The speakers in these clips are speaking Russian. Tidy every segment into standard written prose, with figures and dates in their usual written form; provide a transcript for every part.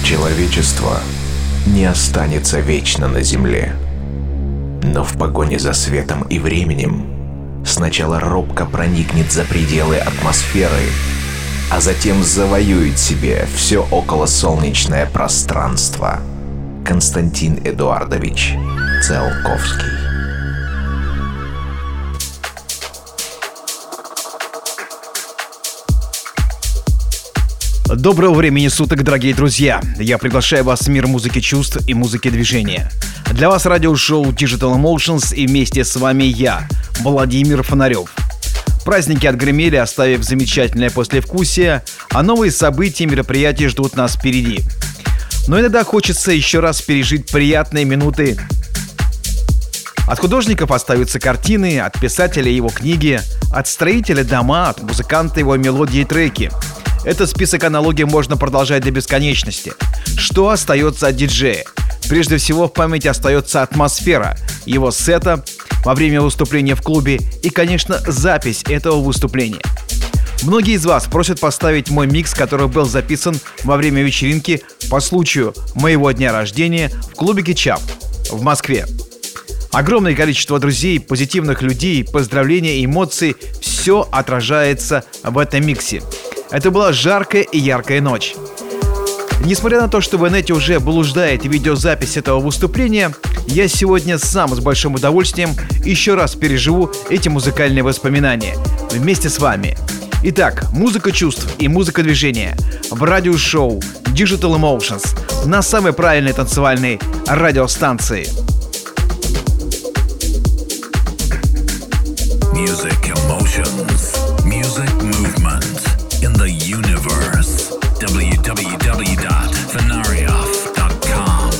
Человечество не останется вечно на Земле. Но в погоне за светом и временем сначала робко проникнет за пределы атмосферы, а затем завоюет себе все околосолнечное пространство. Константин Эдуардович Циолковский. Доброго времени суток, дорогие друзья! Я приглашаю вас в мир музыки чувств и музыки движения. Для вас радиошоу Digital Emotions, и вместе с вами я, Владимир Фонарев. Праздники отгремели, оставив замечательное послевкусие, а новые события и мероприятия ждут нас впереди. Но иногда хочется еще раз пережить приятные минуты. От художников остаются картины, от писателя его книги, от строителя дома, от музыканта его мелодии и треки. Этот список аналогий можно продолжать до бесконечности. Что остается от диджея? Прежде всего в памяти остается атмосфера его сета во время выступления в клубе и, конечно, запись этого выступления. Многие из вас просят поставить мой микс, который был записан во время вечеринки по случаю моего дня рождения в клубе Кетчап в Москве. Огромное количество друзей, позитивных людей, поздравления и эмоций – все отражается в этом миксе. Это была жаркая и яркая ночь. Несмотря на то, что в инете уже блуждает видеозапись этого выступления, я сегодня сам с большим удовольствием еще раз переживу эти музыкальные воспоминания вместе с вами. Итак, музыка чувств и музыка движения в радиошоу Digital Emotions на самой правильной танцевальной радиостанции. Music emotions, music movement in the universe. www.fenarioff.com.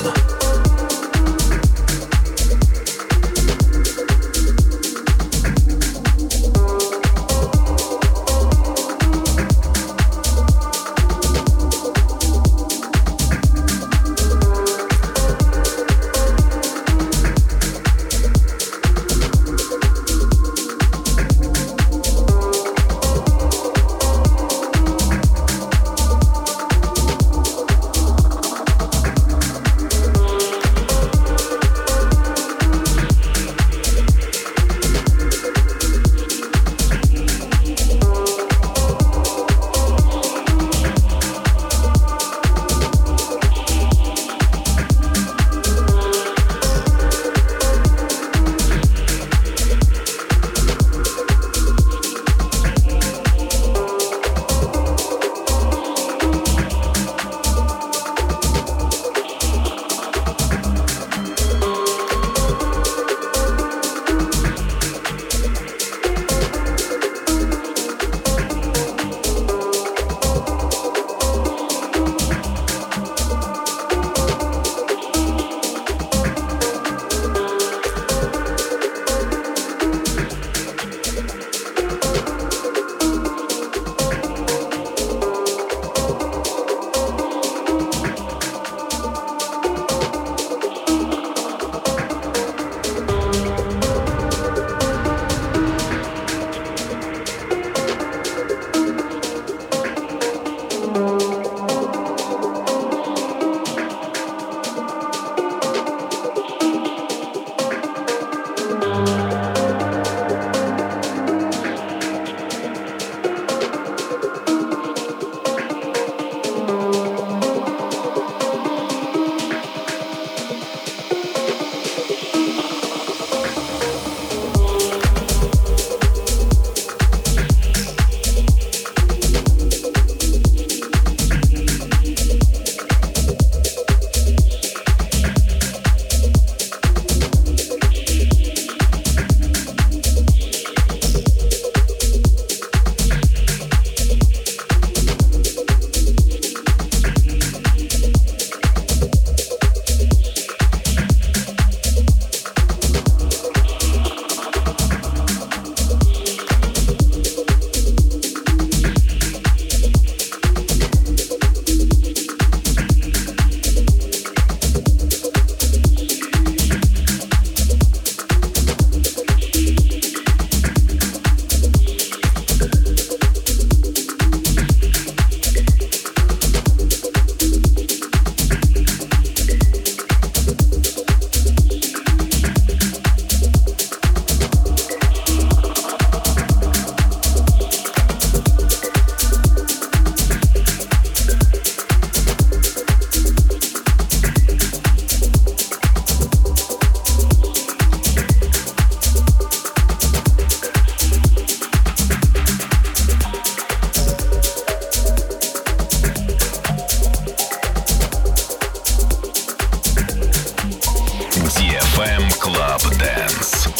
Club Dance.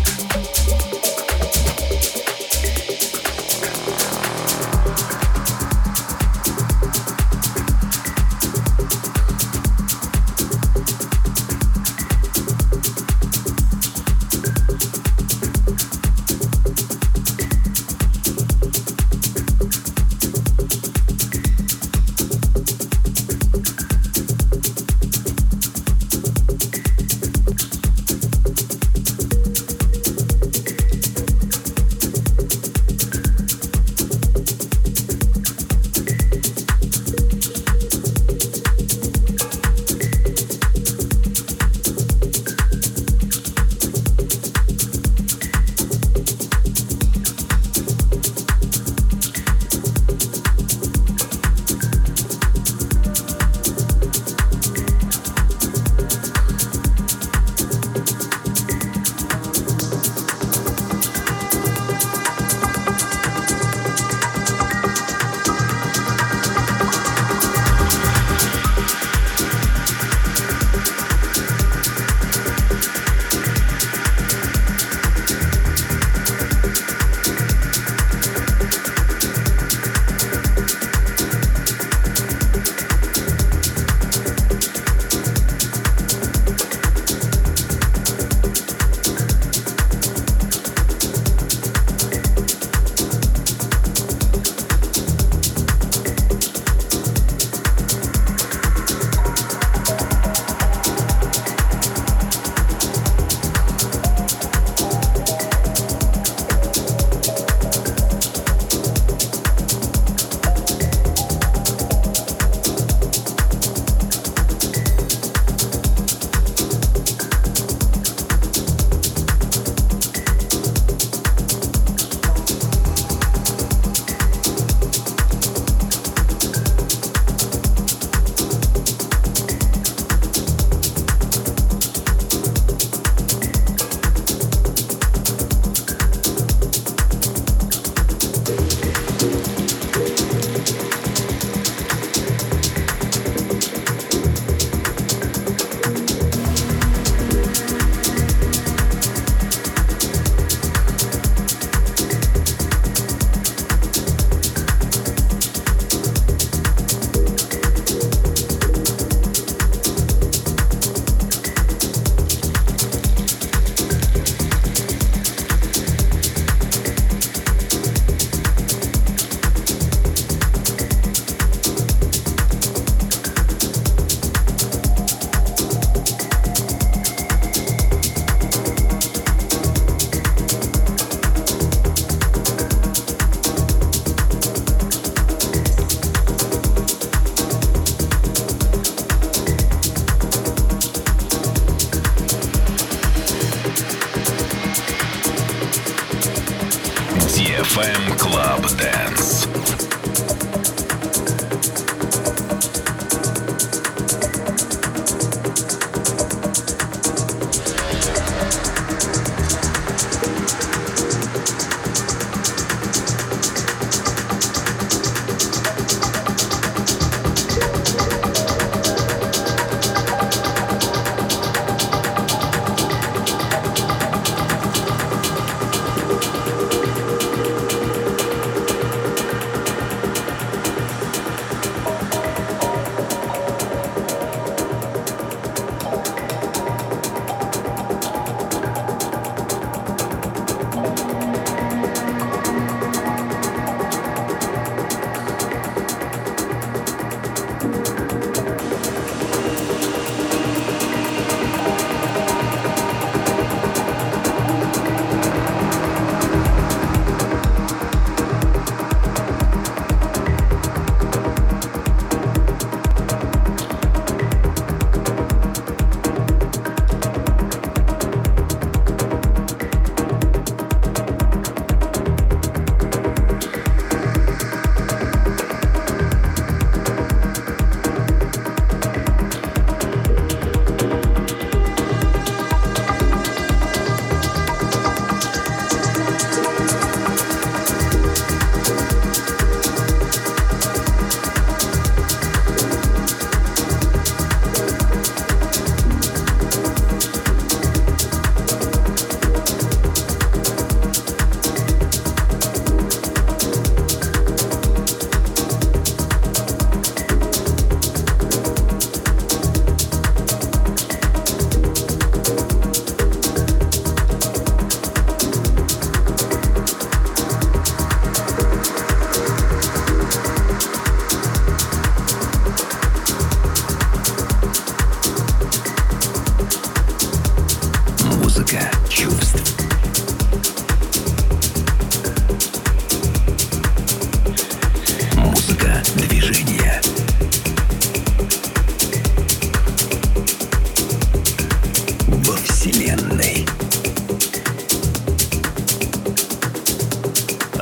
DFM Club Dance.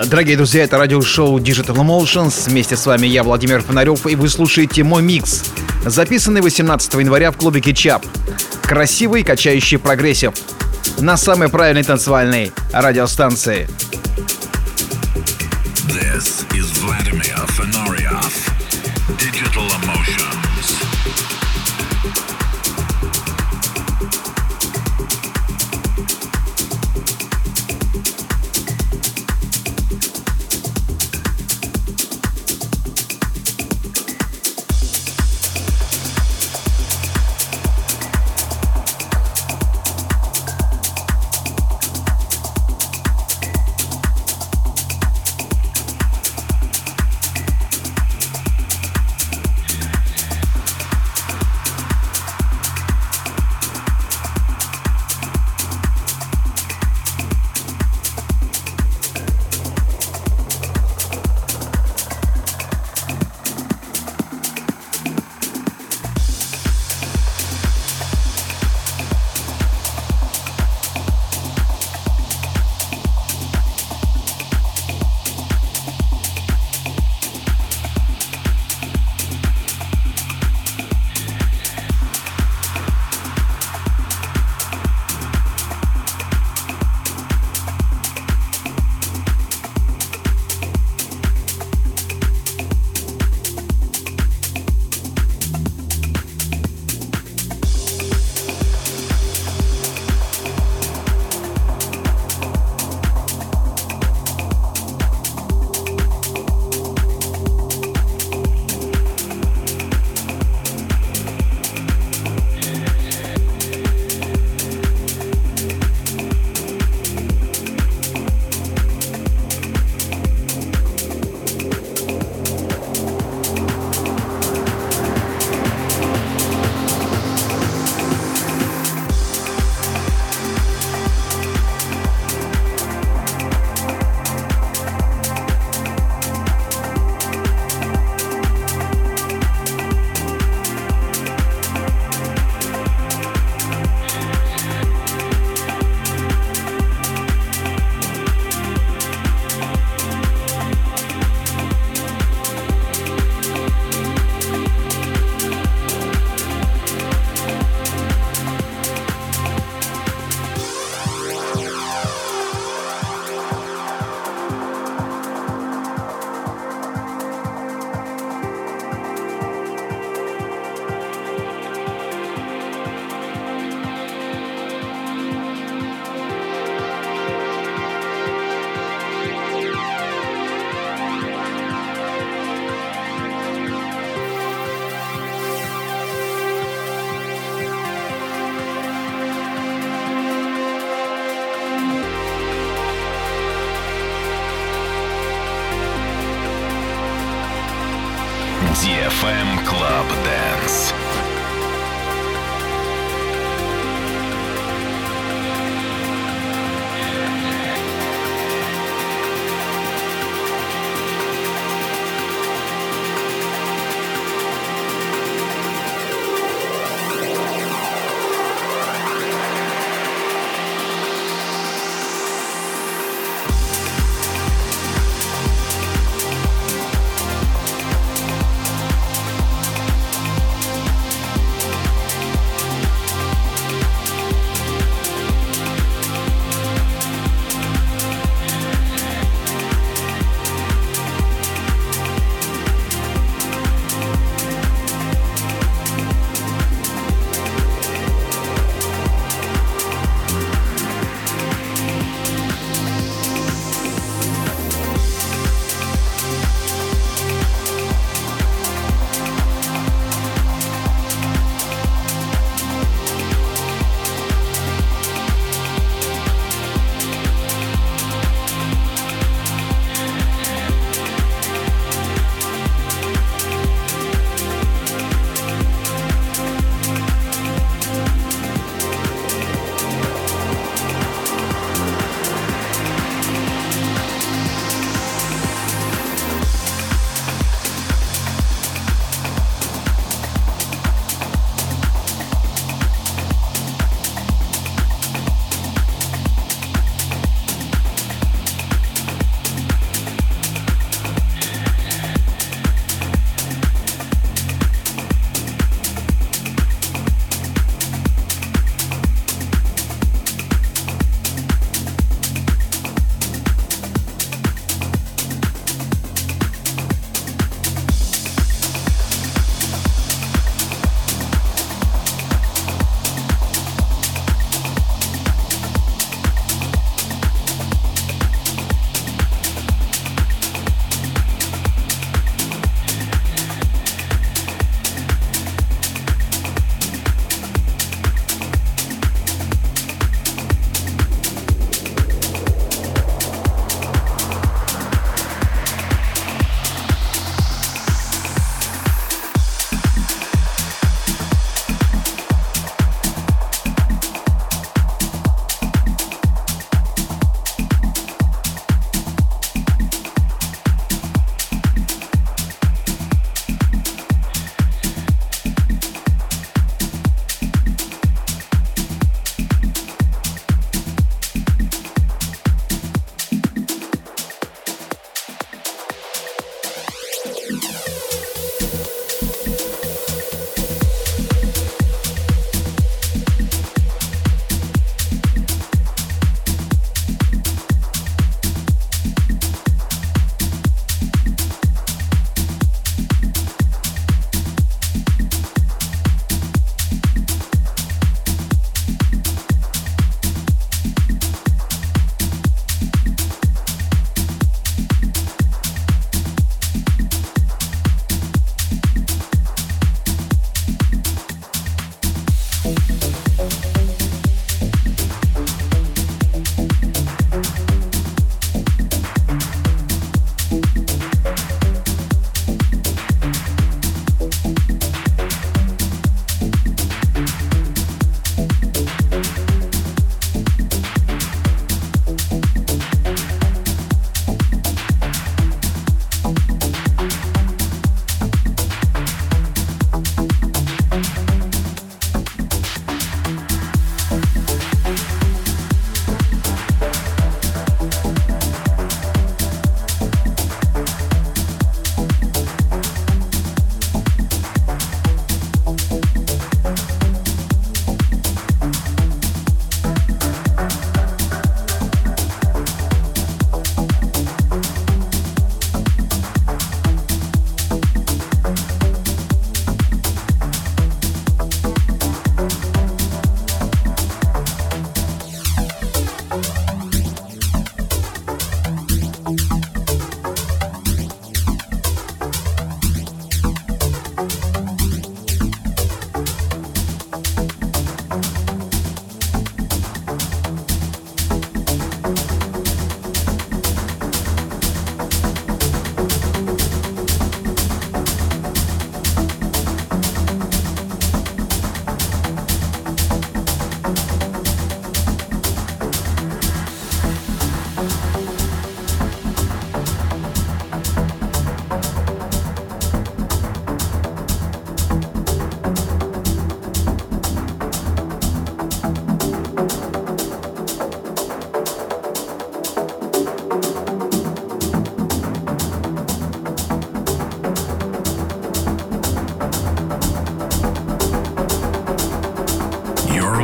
Дорогие друзья, это радиошоу Digital Emotions. Вместе с вами я, Владимир Фонарев, и вы слушаете мой микс, записанный 18 января в клубе Кетчап. Красивый, качающий прогрессив на самой правильной танцевальной радиостанции. This is Vladimir Fenarioff, Digital Emotions.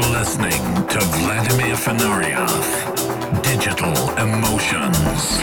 listening to Vladimir Fenoryov, Digital Emotions.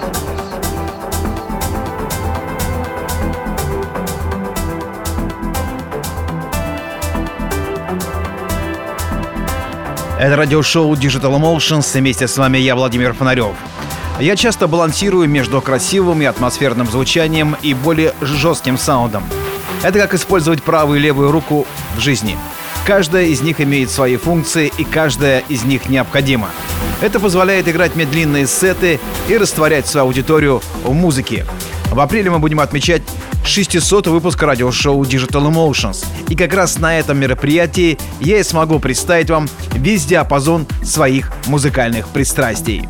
Это радиошоу Digital Emotions, и вместе с вами я, Владимир Фонарев. Я часто балансирую между красивым и атмосферным звучанием и более жестким саундом. Это как использовать правую и левую руку в жизни. Каждая из них имеет свои функции, и каждая из них необходима. Это позволяет играть мне длинные сеты и растворять свою аудиторию в музыке. В апреле мы будем отмечать 600 выпуск радиошоу Digital Emotions. И как раз на этом мероприятии я и смогу представить вам весь диапазон своих музыкальных пристрастий.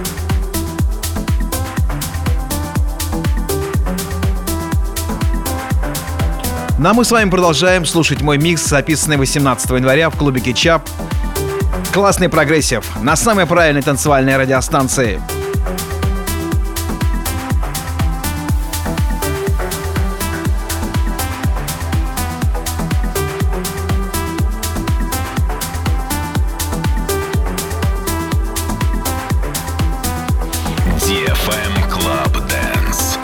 Ну а мы с вами продолжаем слушать мой микс, записанный 18 января в клубе Кетчап. Классный прогрессив на самой правильной танцевальной радиостанции. DFM Club Dance.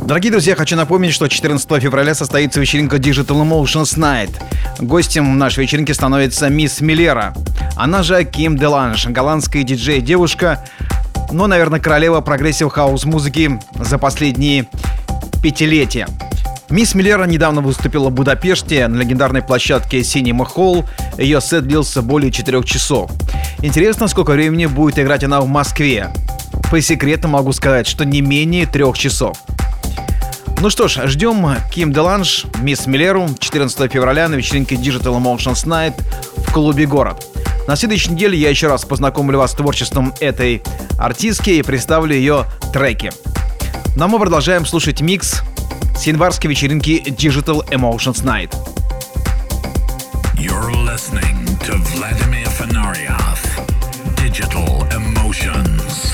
Дорогие друзья, хочу напомнить, что 14 февраля состоится вечеринка Digital Emotions Night. Гостем нашей вечеринки становится мисс Милера. Она же Ким Деланж, голландская диджей-девушка, но, наверное, королева прогрессив-хаус-музыки за последние пятилетия. Мисс Милера недавно выступила в Будапеште на легендарной площадке Cinema Hall. Ее сет длился более 4 часов. Интересно, сколько времени будет играть она в Москве. По секрету могу сказать, что не менее 3 часов. Ну что ж, ждем Ким Деланж, мисс Милеру 14 февраля на вечеринке Digital Emotions Night в клубе «Город». На следующей неделе я еще раз познакомлю вас с творчеством этой артистки и представлю ее треки. Но мы продолжаем слушать микс с январской вечеринки Digital Emotions Night. You're listening to Vladimir Fenarioff, Digital Emotions.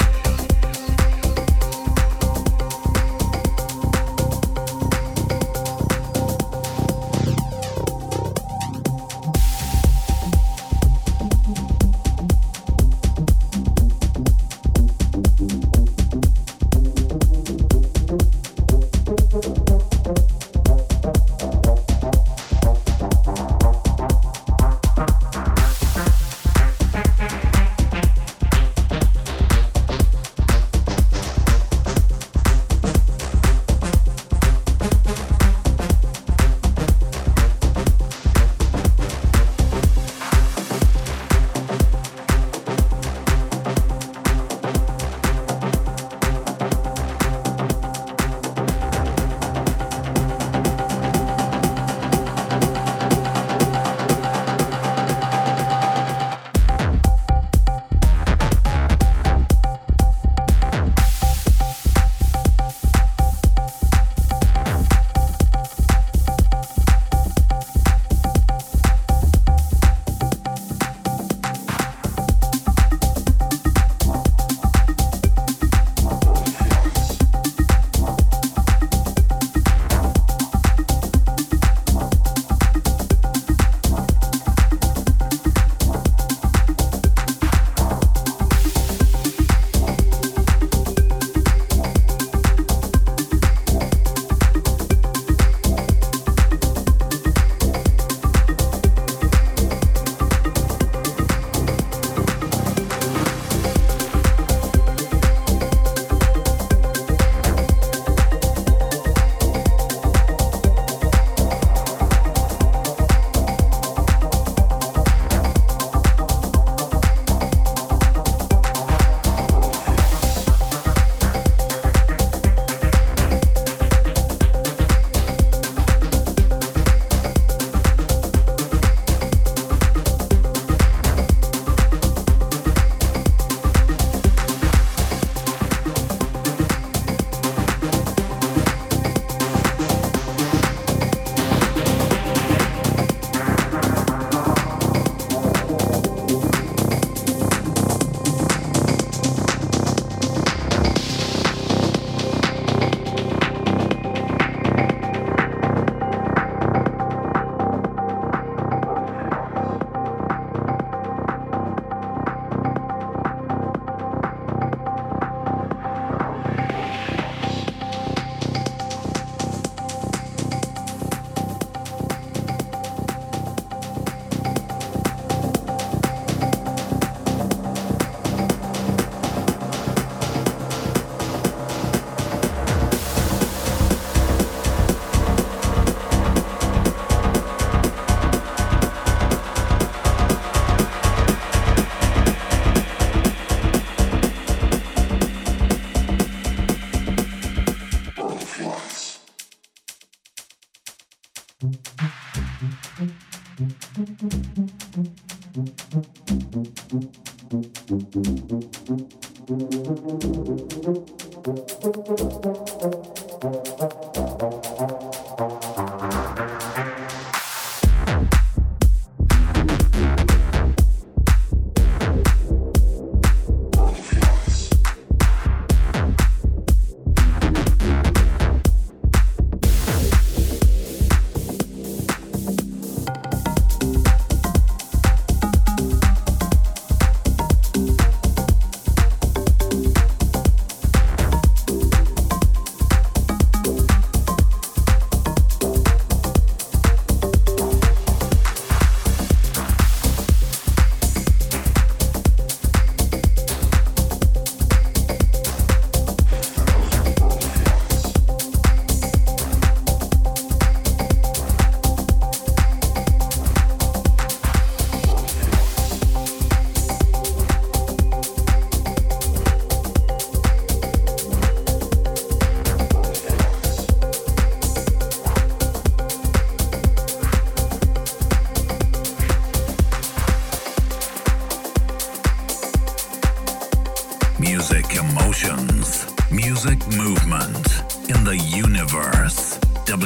music emotions, music movement in the universe.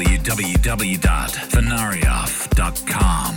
www.fenarioff.com.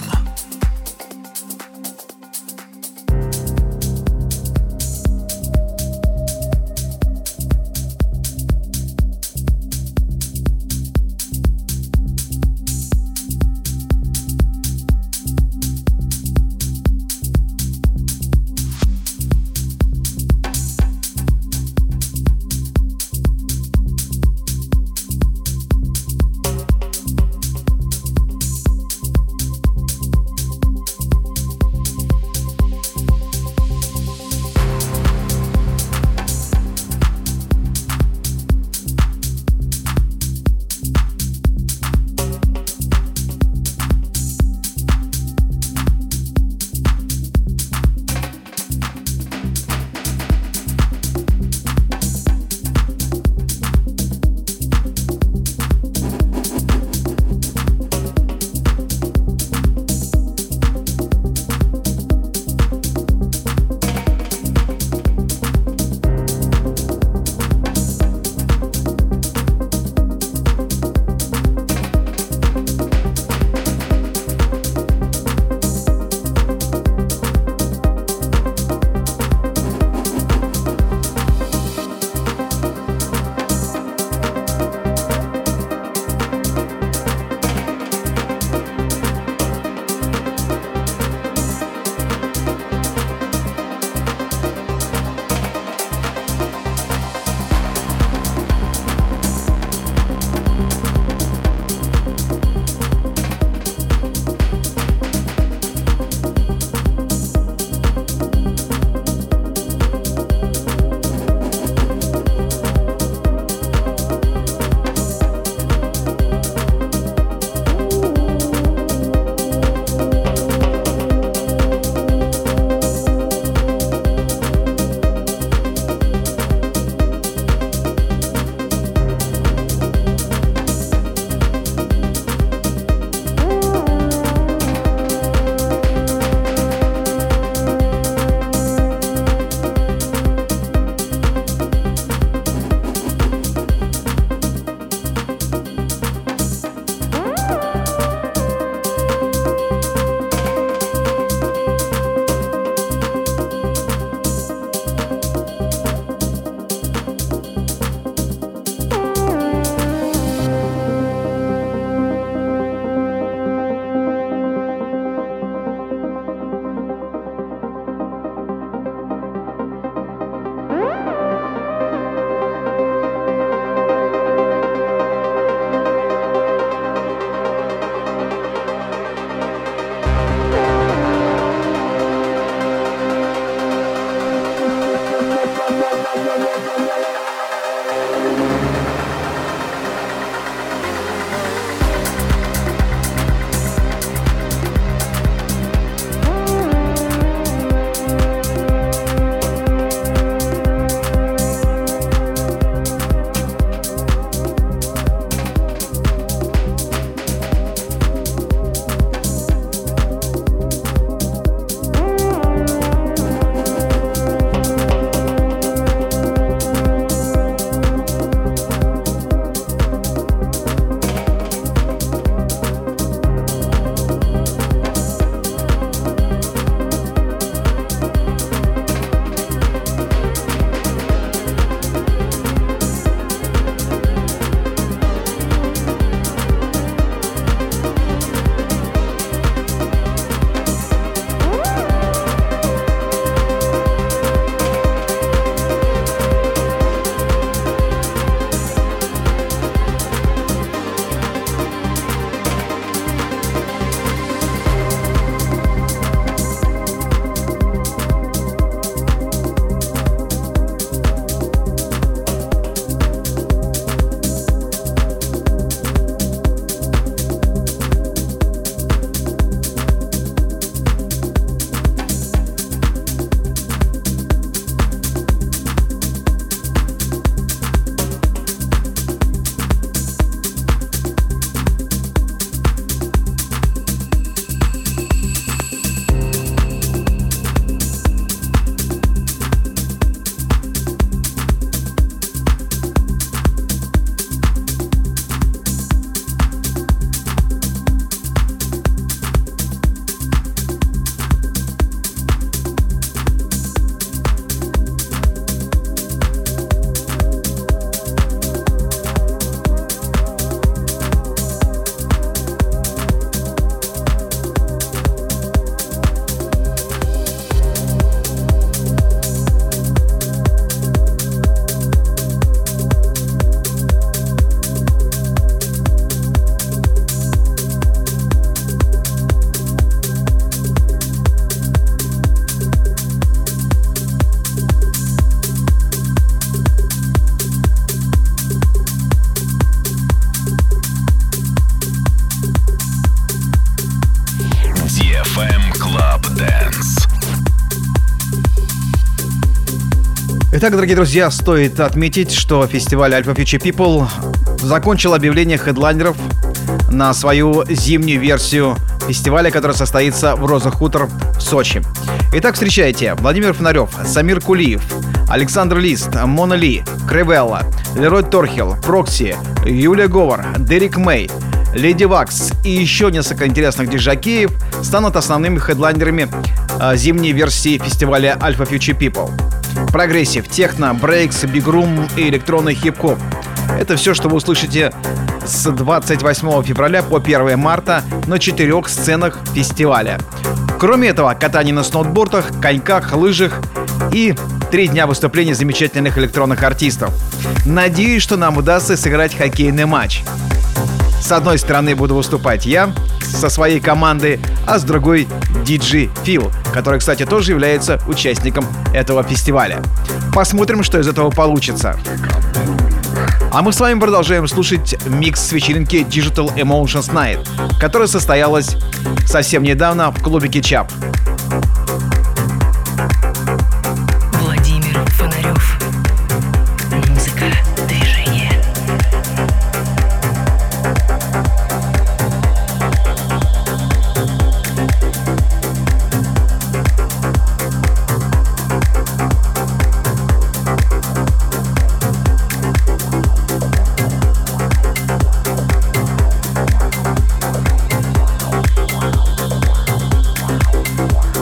Итак, дорогие друзья, стоит отметить, что фестиваль Alpha Future People закончил объявление хедлайнеров на свою зимнюю версию фестиваля, который состоится в Роза Хутор в Сочи. Итак, встречайте: Владимир Фонарев, Самир Кулиев, Александр Лист, Мона Ли, Кревелла, Лерой Торхилл, Прокси, Юлия Говор, Дерек Мэй, Леди Вакс и еще несколько интересных диджакеев станут основными хедлайнерами зимней версии фестиваля Alpha Future People. Прогрессив, техно, брейкс, бигрум и электронный хип-хоп — это все, что вы услышите с 28 февраля по 1 марта на 4 сценах фестиваля. Кроме этого, катание на сноубордах, коньках, лыжах и 3 дня выступлений замечательных электронных артистов. Надеюсь, что нам удастся сыграть хоккейный матч. С одной стороны буду выступать я со своей командой, а с другой диджей Фил, который, кстати, тоже является участником этого фестиваля. Посмотрим, что из этого получится. А мы с вами продолжаем слушать микс с вечеринки Digital Emotions Night, которая состоялась совсем недавно в клубе Кетчап. Владимир Фонарев. Музыка, движение. Wow.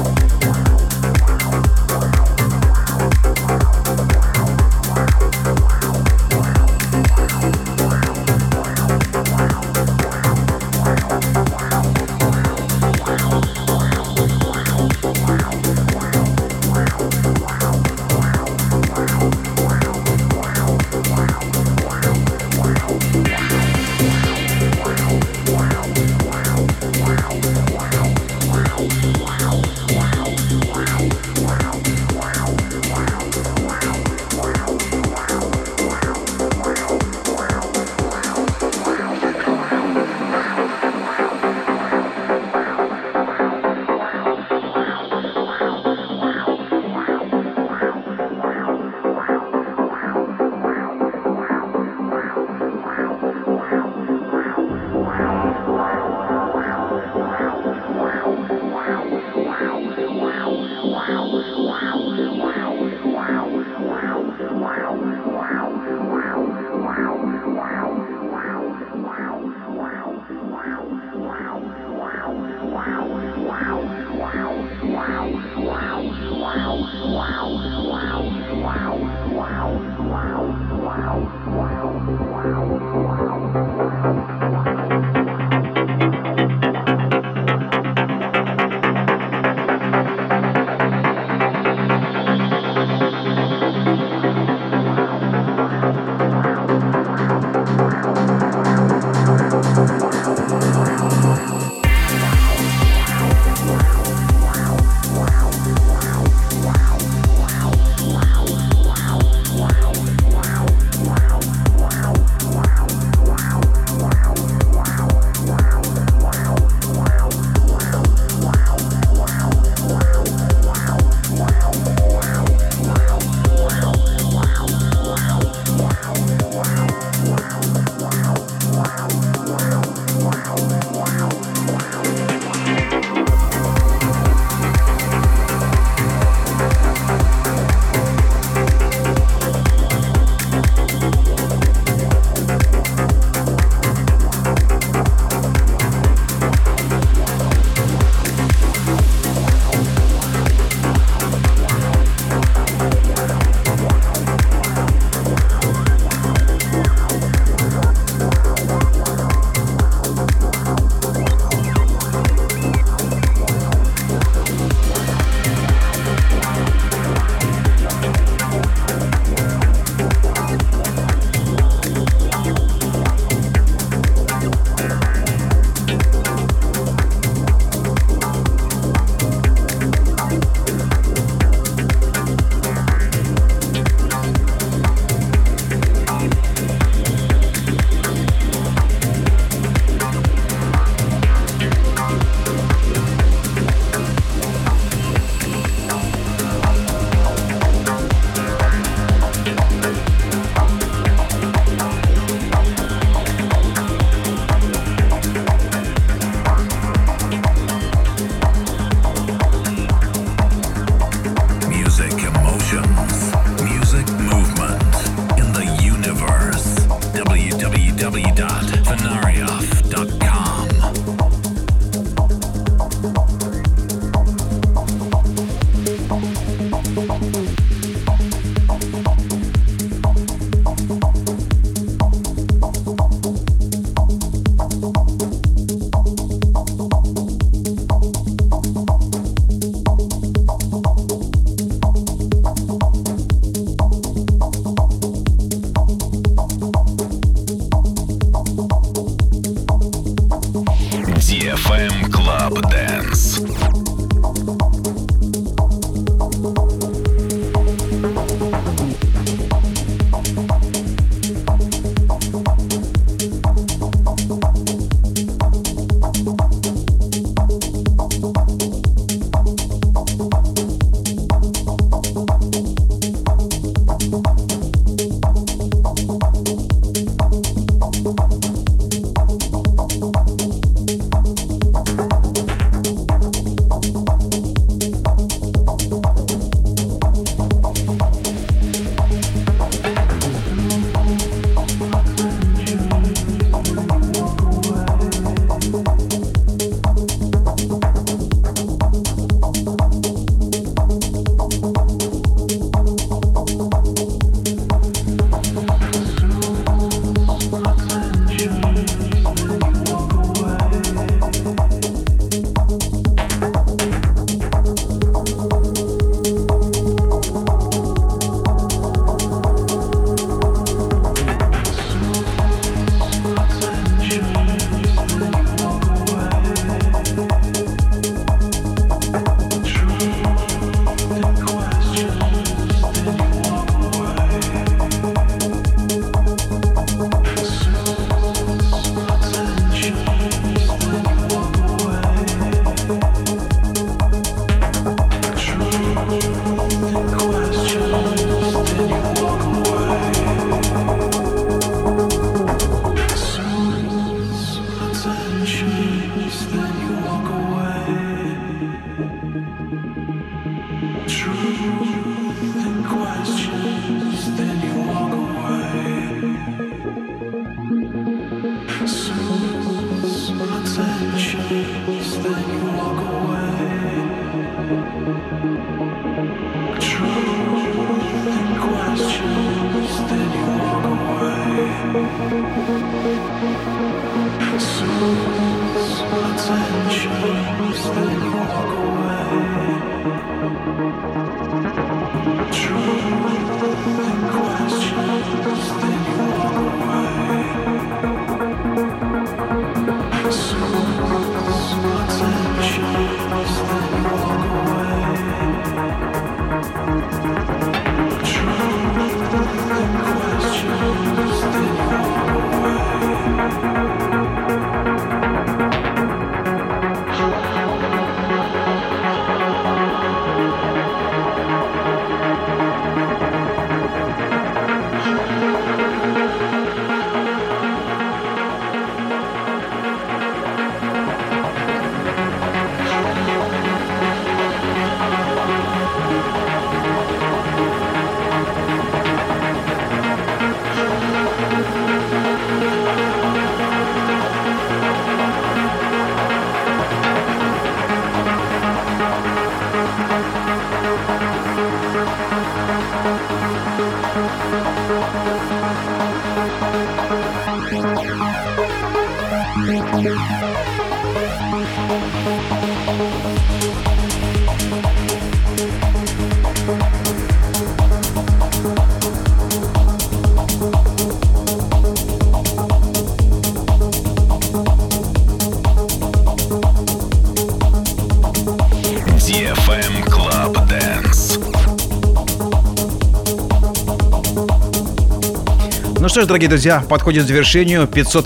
Ну что ж, дорогие друзья, подходит к завершению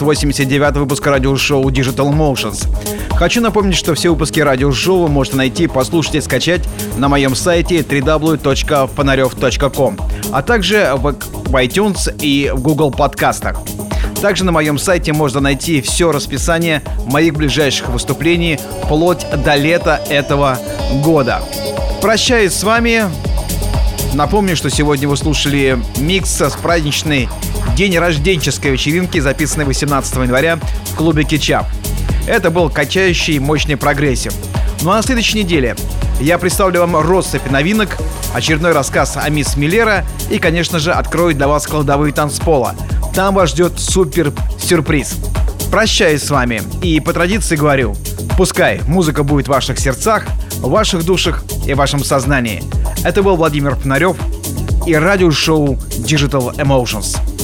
589 выпуск радиошоу Digital Emotions. Хочу напомнить, что все выпуски радиошоу вы можете найти, послушать и скачать на моем сайте www.fonarev.com, а также в iTunes и в Google подкастах. Также на моем сайте можно найти все расписание моих ближайших выступлений вплоть до лета этого года. Прощаюсь с вами. Напомню, что сегодня вы слушали микс с праздничной день рожденческой вечеринки, записанной 18 января в клубе Кетчап. Это был качающий мощный прогрессив. Ну а на следующей неделе я представлю вам россыпь новинок, очередной рассказ о мисс Миллера и, конечно же, открою для вас кладовые танцпола. Там вас ждет супер сюрприз. Прощаюсь с вами и по традиции говорю, пускай музыка будет в ваших сердцах, в ваших душах и в вашем сознании. Это был Владимир Фонарев и радиошоу Digital Emotions.